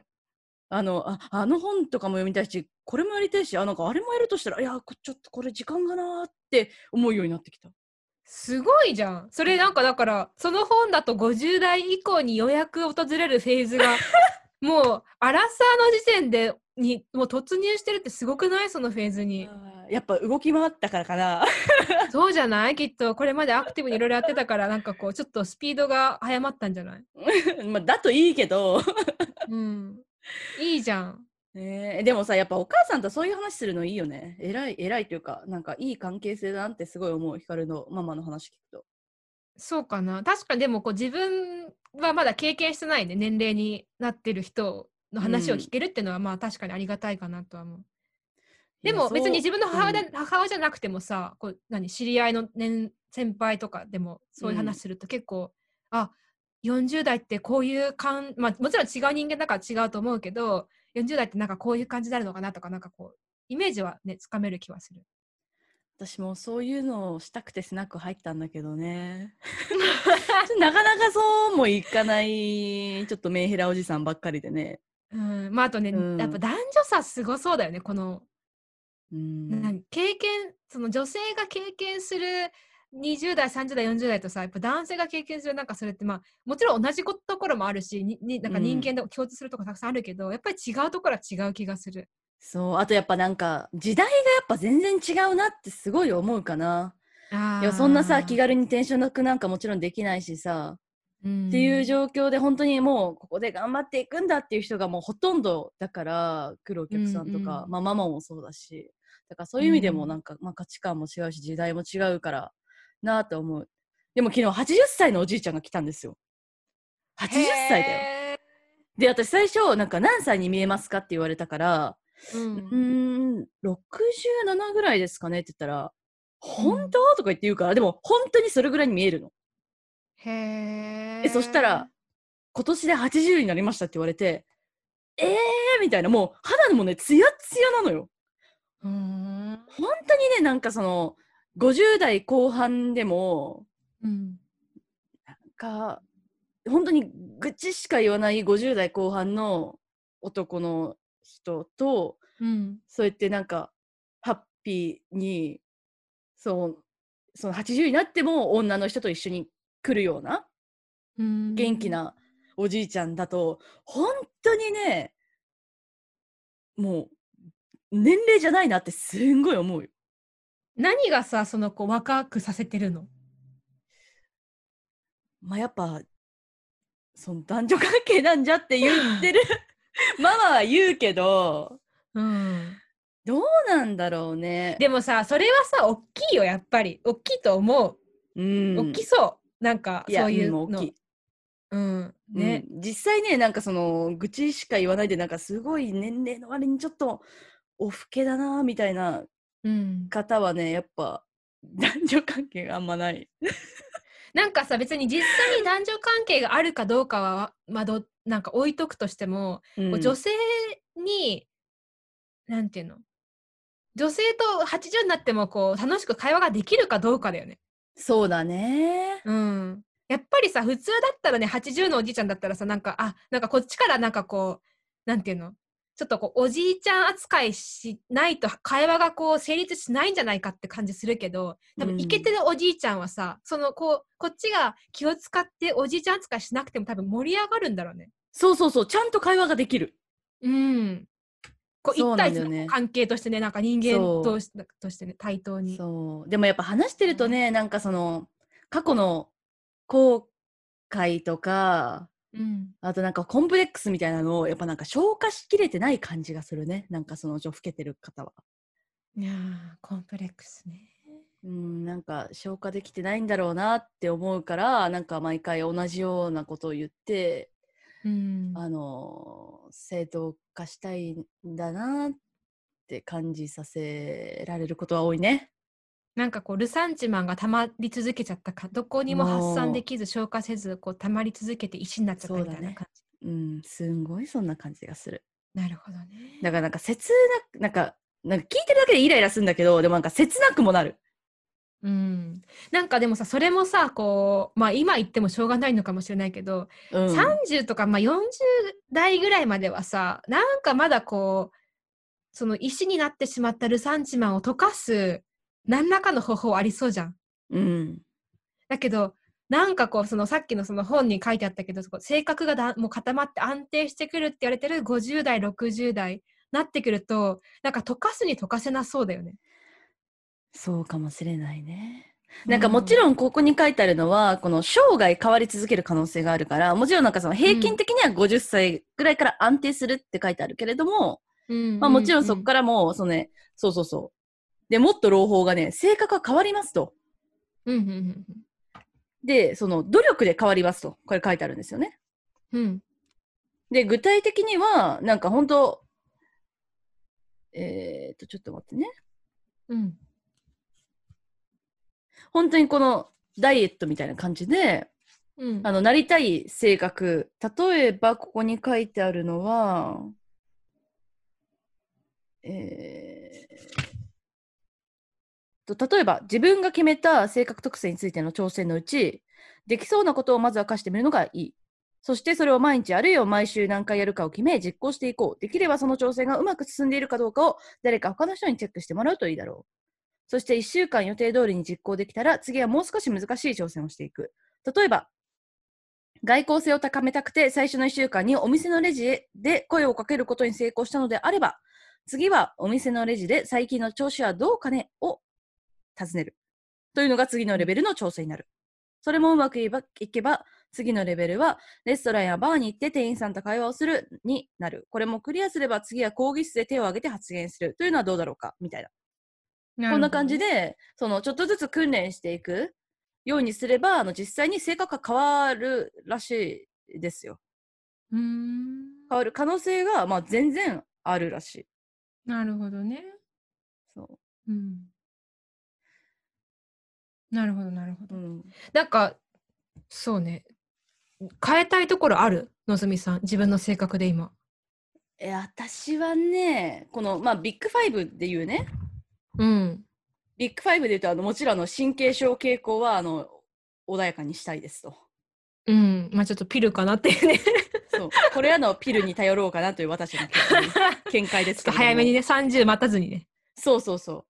S1: あの、あ、あの本とかも読みたいし、これもやりたいし、あ、なんかあれもやるとしたら、いや、ちょっとこれ時間がなーって思うようになってきた。
S2: すごいじゃん。それなんかだから、その本だとごじゅう代以降にようやく訪れるフェーズが、もう、アラサーの時点でに、もう突入してるってすごくない？そのフェーズに。
S1: あーやっぱ動き回ったからかな。
S2: そうじゃない？きっと、これまでアクティブにいろいろやってたから、なんかこう、ちょっとスピードが速まったんじゃない？
S1: まあ、だといいけど。
S2: うん。いいじゃん。
S1: えー、でもさ、やっぱお母さんとそういう話するのいいよね。偉い、偉いというか、なんかいい関係性だなってすごい思う、ヒカルのママの話聞くと。
S2: そうかな。確かにでもこう自分はまだ経験してないね。年齢になってる人の
S1: うん。
S2: 話を聞けるっていうのはまあ確かにありがたいかなとは思う。
S1: いや、
S2: でも別に
S1: そ
S2: 自分の
S1: う。うん。
S2: 母親母親じゃなくてもさ、こう何知り合いの年先輩とかでもそういう
S1: うん。
S2: 話すると結構、あ、よんじゅう代ってこういう感、まあもちろん違う人間だから違うと思うけど、よんじゅう代ってなんかこういう感じになるのかなとか、なんかこう、イメージはね、つかめる気はする。
S1: 私もそういうのをしたくてスナック入ったんだけどね。ちょなかなかそうもいかない、ちょっとメンヘラおじさんばっかりでね。
S2: うん、まああとね、
S1: うん。
S2: やっぱ男女差すごそうだよね、この
S1: うん。
S2: なん経験、その女性が経験するにじゅう代、さんじゅう代、よんじゅう代とさ、やっぱ男性が経験するなんかそれって、まあ、もちろん同じこところもあるし、にになんか人
S1: うん。
S2: 間で共通するとこたくさんあるけど、やっぱり違うところは違う気がする。
S1: そう。あとやっぱなんか、時代がやっぱ全然違うなってすごい思うかな。いや、そんなさ、気
S2: ああ、
S1: 軽に転職なんかもちろんできないしさ、
S2: う
S1: っていう
S2: ん、
S1: 状況で本当にもうここで頑張っていくんだっていう人がもうほとんどだから来るお
S2: うん、
S1: 客さんとか、
S2: うん、
S1: まあ、ママもそうだしだからそう
S2: う
S1: いう意味でもな
S2: ん。
S1: んか、まあ、価値観も違うし時代も違うからなと思う。でも昨日はちじゅっさいのおじいちゃんが来たんですよ。
S2: へ
S1: はちじゅっさいだよ。
S2: え、
S1: で私最初なんか何歳に見えますかって言われたから
S2: う
S1: う
S2: ん、
S1: ーんろくじゅうななぐらいですかねって言ったら本
S2: うん。
S1: 当とか言って言うからでも本当にそれぐらいに見えるの。
S2: へ
S1: でそしたら
S2: え、
S1: 今年ではちじゅうになりましたって言われてえーみたいな、もう肌もね、ツヤツヤなのよ。
S2: うん、
S1: 本当にね、なんかその、ごじゅう代後半でも、
S2: うん、
S1: か、本当に愚痴しか言わないごじゅう代後半の男の人と、
S2: うん、
S1: そうやってなんか、ハッピーに、そう、そのはちじゅうになっても女の人と一緒に来るような、
S2: うん。
S1: 元気なおじいちゃんだと、本当にね、もう、年齢じゃないなってすんごい思うよ。
S2: 何がさ、その子若くさせてるの？
S1: まあ、やっぱ、その男女関係なんじゃって言ってるママは言うけど、
S2: うん。
S1: どうなんだろうね。
S2: でもさ、それはさ、大きいよ、やっぱり。大きいと思う。
S1: う
S2: 大き
S1: ん。
S2: そう。なんか、
S1: いや、
S2: そう
S1: うん、
S2: いうの。
S1: 大きい。
S2: うん。
S1: うん。
S2: ね。
S1: 実際ね、なんかその、愚痴しか言わないで、なんかすごい年齢の割にちょっと、お老けだな、みたいな
S2: うん。
S1: 方はね、やっぱ、男女関係があんまない。
S2: なんかさ、別に実際に男女関係があるかどうかは、まあ、ど、なんか置いとくとしても、こう女
S1: うん。
S2: 性に、なんていうの、女性とはちじゅうになっても、こう、楽しく会話ができるかどうかだよね。
S1: そうだね。
S2: うん。やっぱりさ、普通だったらね、はちじゅうのおじいちゃんだったらさ、なんか、あ、なんかこっちからなんかこう、なんていうの、ちょっとこう、おじいちゃん扱いしないと会話がこう、成立しないんじゃないかって感じするけど、多分、イケ
S1: うん。
S2: てるおじいちゃんはさ、その、こう、こっちが気を使っておじいちゃん扱いしなくても多分盛り上がるんだろうね。
S1: そうそうそう、ちゃんと会話ができる。
S2: うん。 こう一
S1: そうなん
S2: 対一の
S1: だよね。
S2: 関係としてね、なんか人間
S1: そう
S2: としとしてね、対等に。
S1: そう。でもやっぱ話してるとね、なんかその、過去の後悔とか、
S2: うん。
S1: あとなんかコンプレックスみたいなのを、やっぱなんか消化しきれてない感じがするね。なんかその、ちょ、老けてる方は。
S2: いやー、コンプレックスね。
S1: うん、なんか消化できてないんだろうなって思うから、なんか毎回同じようなことを言って、
S2: うん。
S1: あの、正当化したいんだなって感じさせられることは多いね。
S2: なんかこう、ルサンチマンが溜まり続けちゃったか、どこにも発散で
S1: もう、
S2: きず消化せず、こう溜まり続けて石になっちゃった
S1: そうだね。
S2: みたいな感じ。
S1: うん、すんごいそんな感じがする。
S2: なるほどね。
S1: だからなんか切なく、なんか、なんか聞いてるだけでイライラするんだけど、でもなんか切なくもなる。
S2: うん。なんかでもさ、それもさ、こう、まあ今言ってもしょうがないのかもしれないけど、
S1: うん。
S2: さんじゅうとか、まあ、よんじゅう代ぐらいまではさ、なんかまだこう、その石になってしまったルサンチマンを溶かす何らかの方法ありそうじゃん。
S1: うん。
S2: だけど、なんかこう、そのさっきのその本に書いてあったけど、性格がだもう固まって安定してくるって言われてるごじゅう代、ろくじゅう代なってくると、なんか溶かすに溶かせなそうだよね。
S1: そうかもしれないね。
S2: う
S1: なんかもち
S2: ん。
S1: ろんここに書いてあるのは、この生涯変わり続ける可能性があるから、もちろんなんかその平均的にはごじゅっさいぐらいから安定するって書いてあるけれども、
S2: うん。
S1: まあもちろんそこ
S2: うん。
S1: からも、そのね、そうそうそう。で、もっと朗報がね、性格が変わりますと。
S2: うん。うん。うん。
S1: で、その努力で変わりますと。これ書いてあるんですよね。
S2: うん。
S1: で、具体的には、なんか本当えーっと、ちょっと待ってね。
S2: うん。
S1: 本当にこのダイエットみたいな感じで、
S2: うん。
S1: あの、なりたい性格。例えば、ここに書いてあるのは、えー、と、例えば、自分が決めた性格特性についての挑戦のうち、できそうなことをまずは課してみるのがいい。そしてそれを毎日あるいは毎週何回やるかを決め実行していこう。できればその挑戦がうまく進んでいるかどうかを誰か他の人にチェックしてもらうといいだろう。そしていっしゅうかん予定通りに実行できたら、次はもう少し難しい挑戦をしていく。例えば、外交性を高めたくて最初のいっしゅうかんにお店のレジで声をかけることに成功したのであれば、次はお店のレジで最近の調子はどうかねを尋ねる。というのが次のレベルの挑戦になる。それもうまくいけば、次のレベルはレストランやバーに行って店員さんと会話をするになる。これもクリアすれば次は講義室で手を挙げて発言するというのはどうだろうかみたいな。こんな感じで、そのちょっとずつ訓練していくようにすれば、あの実際に性格が変わるらしいですよ。
S2: うーん。
S1: 変わる可能性が、まあ、全然あるらしい。
S2: なるほどね。
S1: そう。
S2: うん。なるほど、なるほど。
S1: うん、
S2: なんか、そうね。変えたいところあるのぞみさん。自分の性格で今。
S1: え、私はね、この、まあ、ビッグファイブで言うね。
S2: うん。
S1: ビッグファイブで言うと、あの、もちろんあの神経症傾向は、あの、穏やかにしたいですと。
S2: うん。まあちょっとピルかなっていうね。
S1: そう。これはのピルに頼ろうかなという私の見解ですけれども。
S2: ちょっと早めにね、さんじゅう待たずにね。
S1: そうそうそう。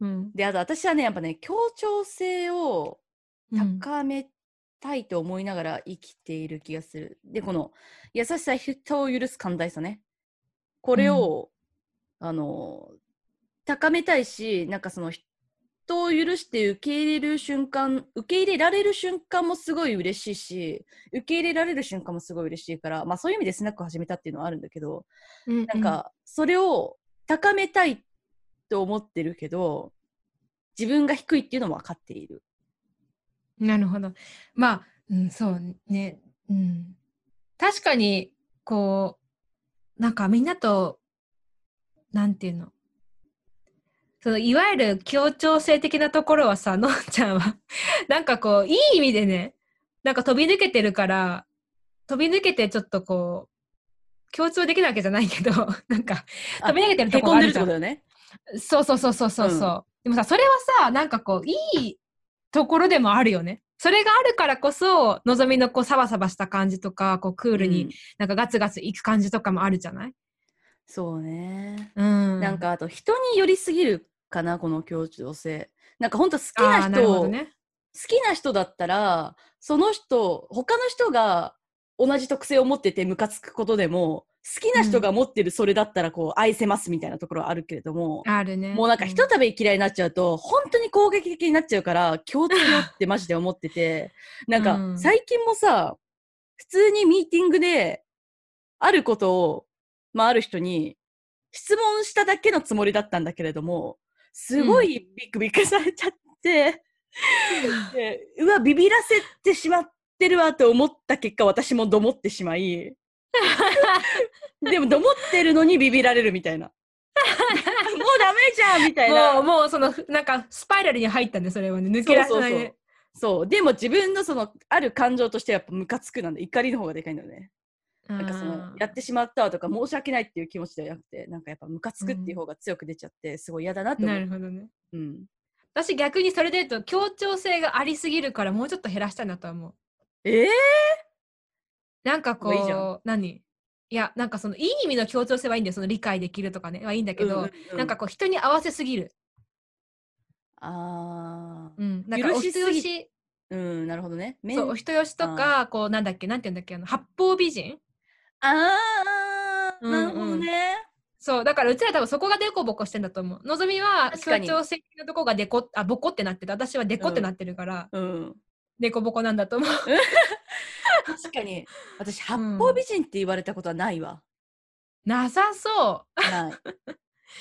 S2: うん。
S1: で、あと私はね、やっぱね、協調性を
S2: うん。
S1: 高めたいと思いながら生きている気がする。で、この優しさ、人を許す寛大さね。これを、うん、あの、高めたいし、なんかその人を許して受け入れる瞬間、受け入れられる瞬間もすごい嬉しいし、受け入れられる瞬間もすごい嬉しいから、まあそういう意味でスナックを始めたっていうのはあるんだけど、
S2: うんうん、
S1: なんかそれを高めたいと思ってるけど、自分が低いっていうのも分かっている。
S2: なるほど。まあ、うん、そうね。うん。確かに、こう、なんかみんなと、なんていうの。そのいわゆる協調性的なところはさ、のんちゃんはなんかこう、いい意味でね、なんか飛び抜けてるから、飛び抜けてちょっとこう、強調できないわけじゃないけど、なんか、飛び抜けてるところがあるじゃん。
S1: へこんでるってことだよね。
S2: そうそうそうそうそうそう、うん。でもさ、それはさ、なんかこう、いいところでもあるよね。それがあるからこそ、のぞみのこう、サバサバした感じとか、こう、クールに、なんかガツガツいく感じとかもあるじゃない？うん、
S1: そうね。
S2: うん。
S1: なんか、あと、人に寄りすぎるかな、この協調性。なんか、ほんと好きな人を、ね、好きな人だったら、その人、他の人が同じ特性を持っててムカつくことでも、 きな人が持ってるそれだったらこう愛せますみたいなところはあるけれども、
S2: あるね。
S1: もうなんかひとたび嫌いになっちゃうと、うん、本当に攻撃的になっちゃうから気をつけようってマジで思っててなんか最近もさ、普通にミーティングであることを、まあ、ある人に質問しただけのつもりだったんだけれども、すごいビクビクされちゃって、うん、でうわビビらせてしまってるわと思った結果、私もどもってしまいでもどもってるのにビビられるみたいなもうダメじゃんみたいな、
S2: もうもうそのなんかスパイラルに入ったんで、それはね、抜け出せないね。そうそうそう、
S1: そうでも自分のそのある感情としてやっぱムカつくなんで、怒りの方がでかいんだよね。なんかそのやってしまったとか申し訳ないっていう気持ちではなくて、なんかやっぱムカつくっていう方が強く出ちゃって、うん、すごい嫌だなと思う。
S2: なるほどね。
S1: うん。
S2: 私逆にそれで言うと協調性がありすぎるから、もうちょっと減らしたいなとは思う。
S1: ええー、
S2: なんかこういいじゃん。何いやなんかそのいい意味の協調性はいいんだよ。その理解できるとかねはいいんだけど、うんうんうん、なんかこう人に合わせすぎる。
S1: ああ。
S2: うん。なんかお人よし。
S1: うん、なるほどね。
S2: そう、お人よしとか、こう、なんだっけ、なんて言うんだっけ、あの、八方美人。
S1: ああ、なるほどね。
S2: そう、だからうちら多分そこがデコボコしてんだと思う。のぞみは協調性のとこがデコ、あ、ボコってなってて、私はデコってなってるから、うん、デコボコなんだと思う。
S1: 確かに。私、八方美人って言われたことはないわ。
S2: うん、なさそう。
S1: ない。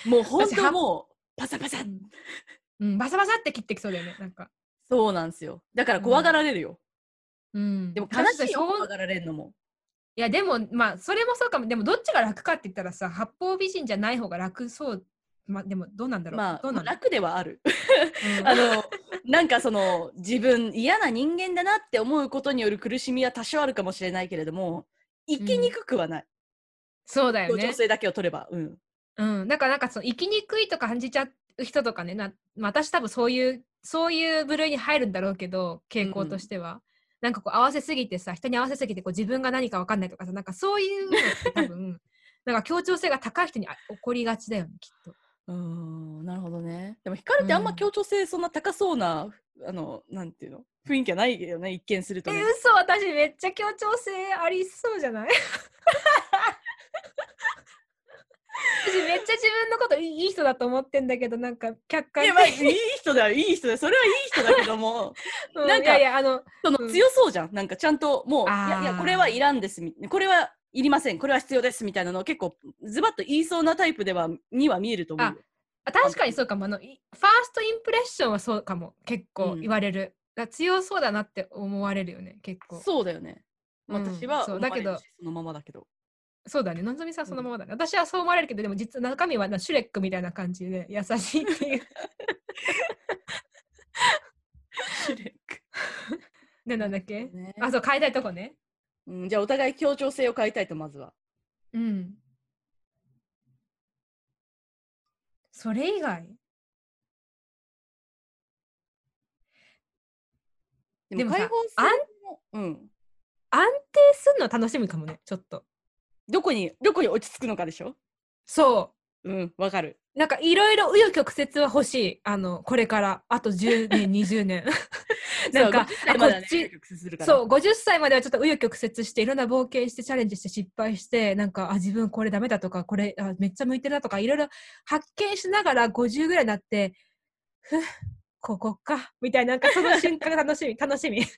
S1: もう本当もう、パサパサ。
S2: うん、バサバサって切ってきそうだよね、なんか。
S1: そうなんですよ。だから怖がられるよ。
S2: うん。
S1: でも悲しいよ、怖がられるのも。
S2: いや、でも、まあ、それもそうかも。でも、どっちが楽かって言ったらさ、八方美人じゃない方が楽そう。まあ、でも、どうなんだろう。
S1: まあ、
S2: どうなの？
S1: 楽ではある。うん、あの、なんかその、自分、嫌な人間だなって思うことによる苦しみは多少あるかもしれないけれども、生きにくくはない。うん、
S2: そうだよね。
S1: 協調性だけを取れば。うん。
S2: うん。だから、なんか、その、生きにくいと感じちゃう人とかね、な私多分そういう、そういう部類に入るんだろうけど、傾向としては。うん、なんかこう合わせすぎてさ、人に合わせすぎてこう自分が何か分かんないとかさ、なんかそういうのって多分なんか協調性が高い人に起こりがちだよね、きっと。
S1: うーん、なるほどね。でもヒカルってあんま協調性そんな高そうな、うん、あのなんていうの雰囲気はないよね、一見するとね。
S2: え、嘘、私めっちゃ協調性ありそうじゃない？私めっちゃ自分のこといい人だと思ってんだけど、なんか客観的に。いや、まあ、い
S1: い人だよ、いい人だよ、それはいい人だけども、うん、なんか、いやいや、あの、その、うん、強そうじゃん。なんかちゃんともう、いやいや、これはいらんです、これはいりません、これは必要ですみたいなのを結構ズバッと言いそうなタイプではには見えると思うよ。
S2: あ、確かにそうかも。あのファーストインプレッションはそうかも、結構言われる。うん、だ強そうだなって思われるよね、結構。
S1: そうだよね。うん、私は
S2: そうだけど
S1: そのままだけど。
S2: そうだね、のぞみさんそのままだね。うん、私はそう思われるけど、でも実は中身はシュレックみたいな感じで優しいっていう。
S1: シュレック。
S2: で、なんだっけ、ね、あ、そう、変えたいとこね。
S1: うん、じゃあお互い協調性を変えたいと、まずは。
S2: うん。それ以外
S1: でも解放性も、うん、
S2: 安定すんの楽しみかもね、ちょっと。
S1: どこに、どこに落ち着くのかでしょ？
S2: そう。
S1: うん、わかる。
S2: なんかいろいろ紆余曲折は欲しい。あの、これから、あとじゅうねん、にじゅうねん。なんか、あ、こっち、そう、ごじゅっさいまではちょっと紆余曲折して、いろんな冒険して、チャレンジして、失敗して、なんか、あ、自分これダメだとか、これあめっちゃ向いてるなとか、いろいろ発見しながらごじゅうぐらいになって、ふっ、ここか、みたいな、なんかその瞬間が楽しみ、楽しみ。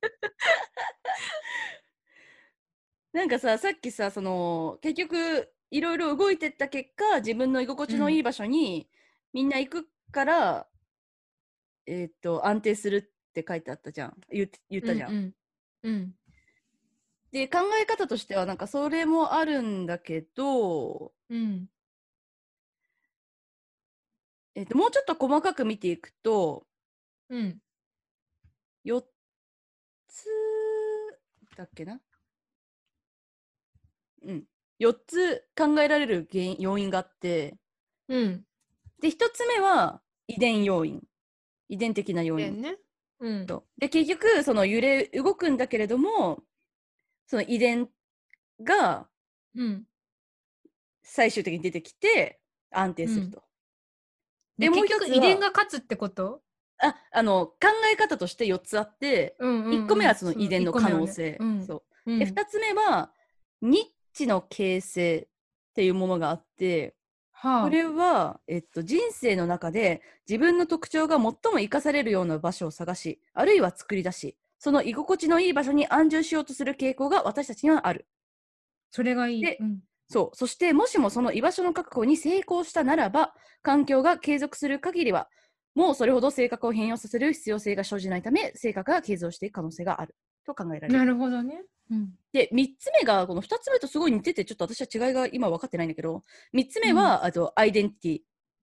S1: なんかさ、さっきさ、その、結局、いろいろ動いてった結果、自分の居心地のいい場所にみんな行くから、うん、えっと、安定するって書いてあったじゃん。言, 言ったじゃん。うん、うんうん。で、考え方としては、なんかそれもあるんだけど、うん。えっと、もうちょっと細かく見ていくと、うん。よっつだっけな。うん。よっつ考えられる原因要因があって、うん、でひとつめは遺伝要因、遺伝的な要因、ね、うん、で結局その揺れ動くんだけれども、その遺伝が最終的に出てきて安定すると、
S2: うん、でもう一つ遺伝が勝つってこと？
S1: ああの考え方としてよっつあって、うんうんうん、いっこめはその遺伝の可能性、ね、うん、そうで、うん、ふたつめはニッチの形成ていうものがあって、
S2: はあ、
S1: これは、えっと、人生の中で自分の特徴が最も生かされるような場所を探し、あるいは作り出し、その居心地のいい場所に安住しようとする傾向が私たちにはある。
S2: それがいい。
S1: で、
S2: うん、
S1: そう。そして、もしもその居場所の確保に成功したならば、環境が継続する限りは、もうそれほど性格を変容させる必要性が生じないため、性格が継続していく可能性があると考えられる。
S2: なるほどね。うん、
S1: で、みっつめが、このふたつめとすごい似てて、ちょっと私は違いが今分かってないんだけど、みっつめは、うん、あと、アイデンティティ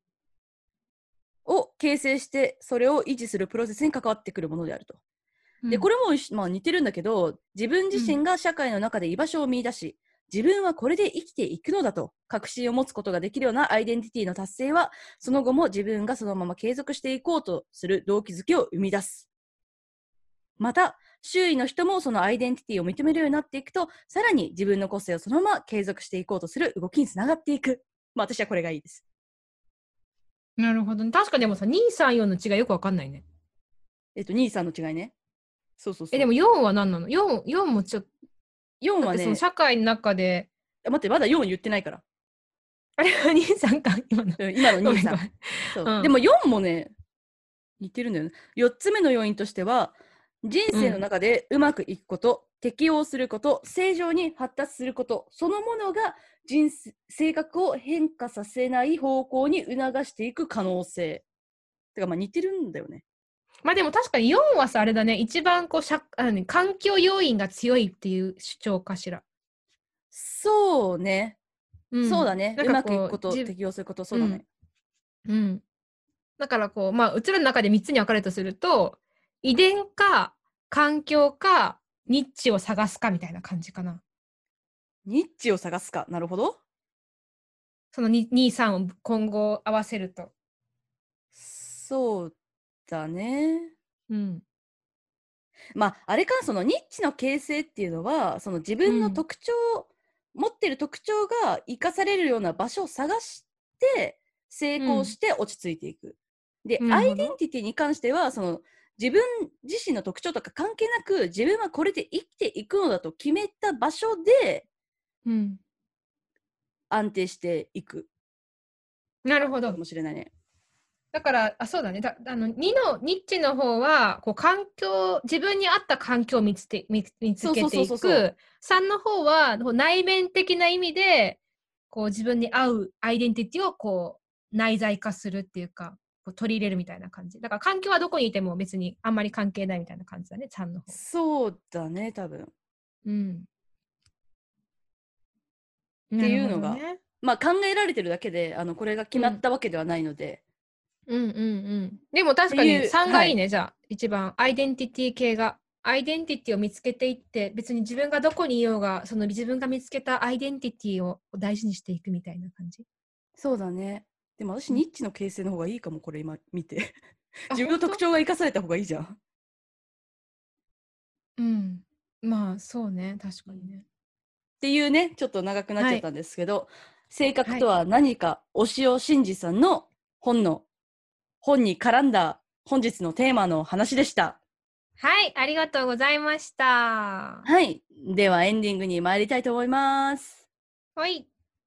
S1: を形成して、それを維持するプロセスに関わってくるものであると。うん、で、これも、まあ、似てるんだけど、自分自身が社会の中で居場所を見出し、自分はこれで生きていくのだと確信を持つことができるようなアイデンティティの達成は、その後も自分がそのまま継続していこうとする動機づけを生み出す。また、周囲の人もそのアイデンティティを認めるようになっていくと、さらに自分の個性をそのまま継続していこうとする動きにつながっていく。まあ、私はこれがいいです。
S2: なるほどね。確かでもさ、にさんよんの違いよくわかんないね。
S1: えっと、にさんの違いね。そうそうそう。
S2: え、でもよんは何なの？ よん、よんもちょっと。
S1: よんはね、
S2: その社会の中で。
S1: 待って、まだよん言ってないから。
S2: あれはにさんか、今の。
S1: うん、今のにさん。そう、うん、でもよんもね、似てるんだよね。よっつめの要因としては、人生の中でうまくいくこと、うん、適応すること、正常に発達すること、そのものが人性格を変化させない方向に促していく可能性。てか、まあ似てるんだよね。
S2: まあでも確かによんはさ、あれだね、一番こうしゃあの、ね、環境要因が強いっていう主張かしら。
S1: そうね。うん、そうだね。うまくいくこと、適応すること、そうだね。
S2: うん。うん、だからこう、まあ、うちらの中でみっつに分かれるとすると、遺伝か、環境か、ニッチを探すかみたいな感じかな。
S1: ニッチを探すか。なるほど。
S2: そのに、さんを今後合わせると。
S1: そうだね。
S2: うん。
S1: まあ、あれか、そのニッチの形成っていうのは、その自分の特徴、うん、持ってる特徴が生かされるような場所を探して、成功して落ち着いていく。うん、で、アイデンティティに関しては、その自分自身の特徴とか関係なく、自分はこれで生きていくのだと決めた場所で、
S2: うん、
S1: 安定していく。
S2: なるほど。
S1: かもしれないね。だ
S2: から、あ、そうだね。だあのにのニッチの方はこう環境、自分に合った環境を見つけ見見つけていく。さんの方は内面的な意味でこう自分に合うアイデンティティをこう内在化するっていうか、こう取り入れるみたいな感じ。だから環境はどこにいても別にあんまり関係ないみたいな感じだね、さんの方。
S1: そうだね、多分。
S2: うん。
S1: っていうのが、ね、まあ考えられてるだけで、あのこれが決まったわけではないので。
S2: うん、うんうんうんでも確かにさんがいいね、はい、じゃあ一番アイデンティティ系が。アイデンティティを見つけていって、別に自分がどこにいようが、その自分が見つけたアイデンティティを大事にしていくみたいな感じ。
S1: そうだね。でも私、うん、ニッチの形成の方がいいかも、これ今見て。自分の特徴が生かされた方がいいじゃん。
S2: うん。まあそうね、確かにね。
S1: っていうね、ちょっと長くなっちゃったんですけど、はい、性格とは何か、押尾慎二さんの本の、本に絡んだ本日のテーマの話でした。
S2: はい、ありがとうございました。
S1: はい。ではエンディングに参りたいと思います。
S2: はい。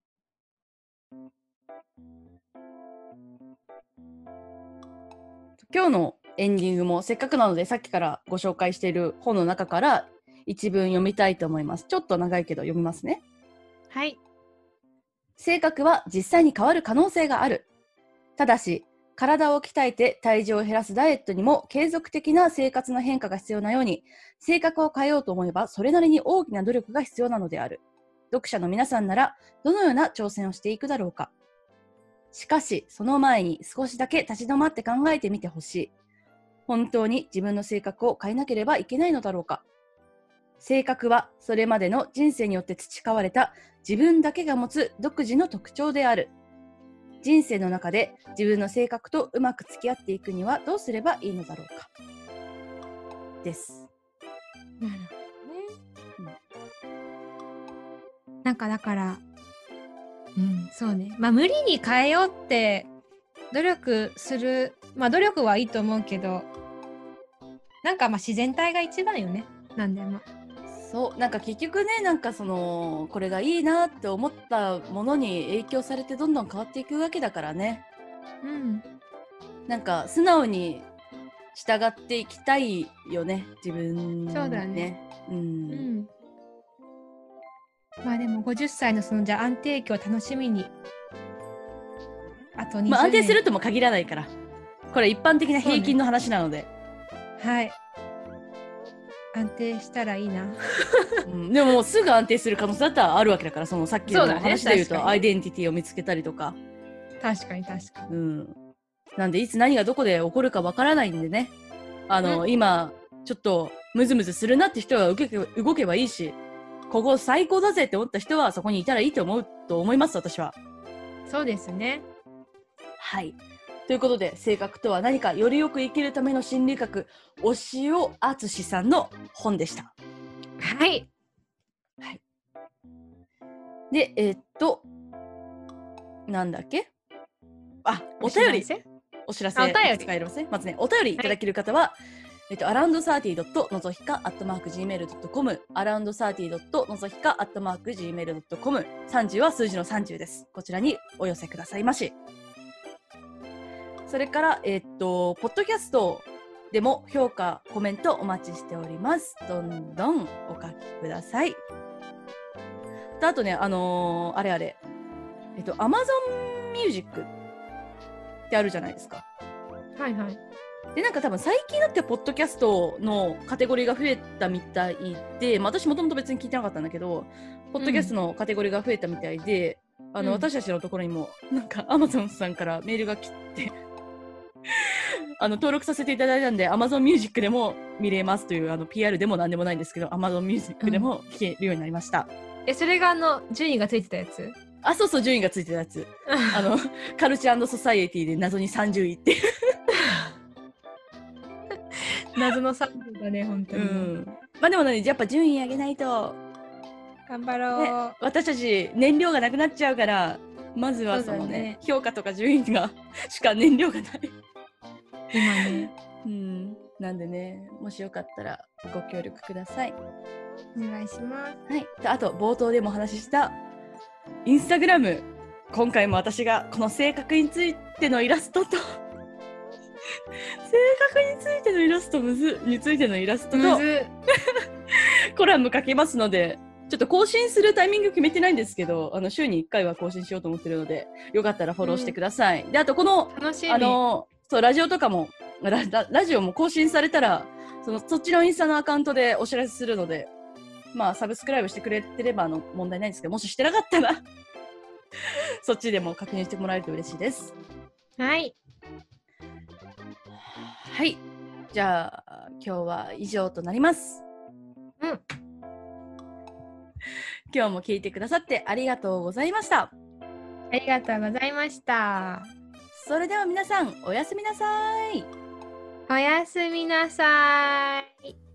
S1: 今日のエンディングもせっかくなのでさっきからご紹介している本の中から一文読みたいと思います。ちょっと長いけど読みますね。
S2: はい。
S1: 性格は実際に変わる可能性がある。ただし、体を鍛えて体重を減らすダイエットにも継続的な生活の変化が必要なように、性格を変えようと思えばそれなりに大きな努力が必要なのである。読者の皆さんならどのような挑戦をしていくだろうか。しかし、その前に少しだけ立ち止まって考えてみてほしい。本当に自分の性格を変えなければいけないのだろうか。性格はそれまでの人生によって培われた自分だけが持つ独自の特徴である。人生の中で自分の性格とうまく付き合っていくにはどうすればいいのだろうか。です。
S2: なるほどね。うん、なんかだから、うん、そうね。まあ無理に変えようって努力する、まあ努力はいいと思うけど、なんかまあ自然体が一番よね。なんでも。
S1: そうなんか結局ね、なんかそのこれがいいなって思ったものに影響されてどんどん変わっていくわけだからね。
S2: うん。
S1: なんか素直に従っていきたいよね、自分、ね。
S2: そうだね。
S1: うん。うん、
S2: まあでもごじゅっさいのそのじゃあ安定期を楽しみに。あとにじゅうねん。
S1: まあ安定するとも限らないから。これ一般的な平均の話なので。ね、
S2: はい。安定したらいいな、
S1: うん、でももうすぐ安定する可能性だったらあるわけだから、そのさっきの話で言うと、ね、アイデンティティを見つけたりとか。
S2: 確かに確かに。
S1: うん。なんでいつ何がどこで起こるかわからないんでね。あの、うん、今ちょっとムズムズするなって人は動け、動けばいいし、ここ最高だぜって思った人はそこにいたらいいと思うと思います、私は。
S2: そうですね。
S1: はい。ということで、性格とは何か、よりよく生きるための心理学、押尾淳さんの本でした。
S2: はい。
S1: はい。で、えー、っと、なんだっけあ、お便り。お知らせ。お便り。使えますね。まずね、お便りいただける方は、はい、えっと、アラウンドサーティードットのぞひかアットマークジーメールドットコム、アラウンドサーティードットのぞひかアットマークジーメールドットコム、さんじゅうは数字のさんじゅうです。こちらにお寄せくださいまし。それから、えっと、ポッドキャストでも評価、コメントお待ちしております。どんどんお書きください。あとね、あのー、あれあれ、えっと、Amazon Music ってあるじゃないですか。
S2: はいはい。
S1: で、なんか多分最近だってポッドキャストのカテゴリーが増えたみたいで、まあ、私もともと別に聞いてなかったんだけど、ポッドキャストのカテゴリーが増えたみたいで、うん、あの、私たちのところにも、なんか Amazon さんからメールが来て、あの登録させていただいたんで Amazon Music でも見れますというあの ピーアール でもなんでもないんですけど Amazon Music でも聞けるようになりました。
S2: うん、えそれがあの順位がついてたやつ？
S1: あ、そうそう、順位がついてたやつ。あのカルチャー&ソサイエティで謎にさんじゅういっていう
S2: 謎のさんじゅうだね本当に。うん、
S1: まあでもね、やっぱ順位上げないと
S2: 頑張ろう、ね、
S1: 私たち燃料がなくなっちゃうから、まずはその ね, ね評価とか順位がしか燃料がない
S2: 今ね。
S1: うん。なんでね、もしよかったらご協力ください。
S2: お願いします。
S1: はい。あと、冒頭でもお話ししたインスタグラム。今回も私がこの性格についてのイラストと性格についてのイラストむずについてのイラストとコラム書けますので、ちょっと更新するタイミング決めてないんですけど、あの週にいっかいは更新しようと思ってるので、よかったらフォローしてください。うん、で、あとこの
S2: 楽しみ。
S1: あのそうラジオとかも ラ, ラジオも更新されたらそのそっちのインスタのアカウントでお知らせするので、まあサブスクライブしてくれてればあの問題ないんですけど、もししてなかったらそっちでも確認してもらえると嬉しいです。
S2: はい
S1: はい、じゃあ今日は以上となります。
S2: うん。
S1: 今日も聞いてくださってありがとうございました。
S2: ありがとうございました。
S1: それでは皆さんおやすみなさい。
S2: おやすみなさい。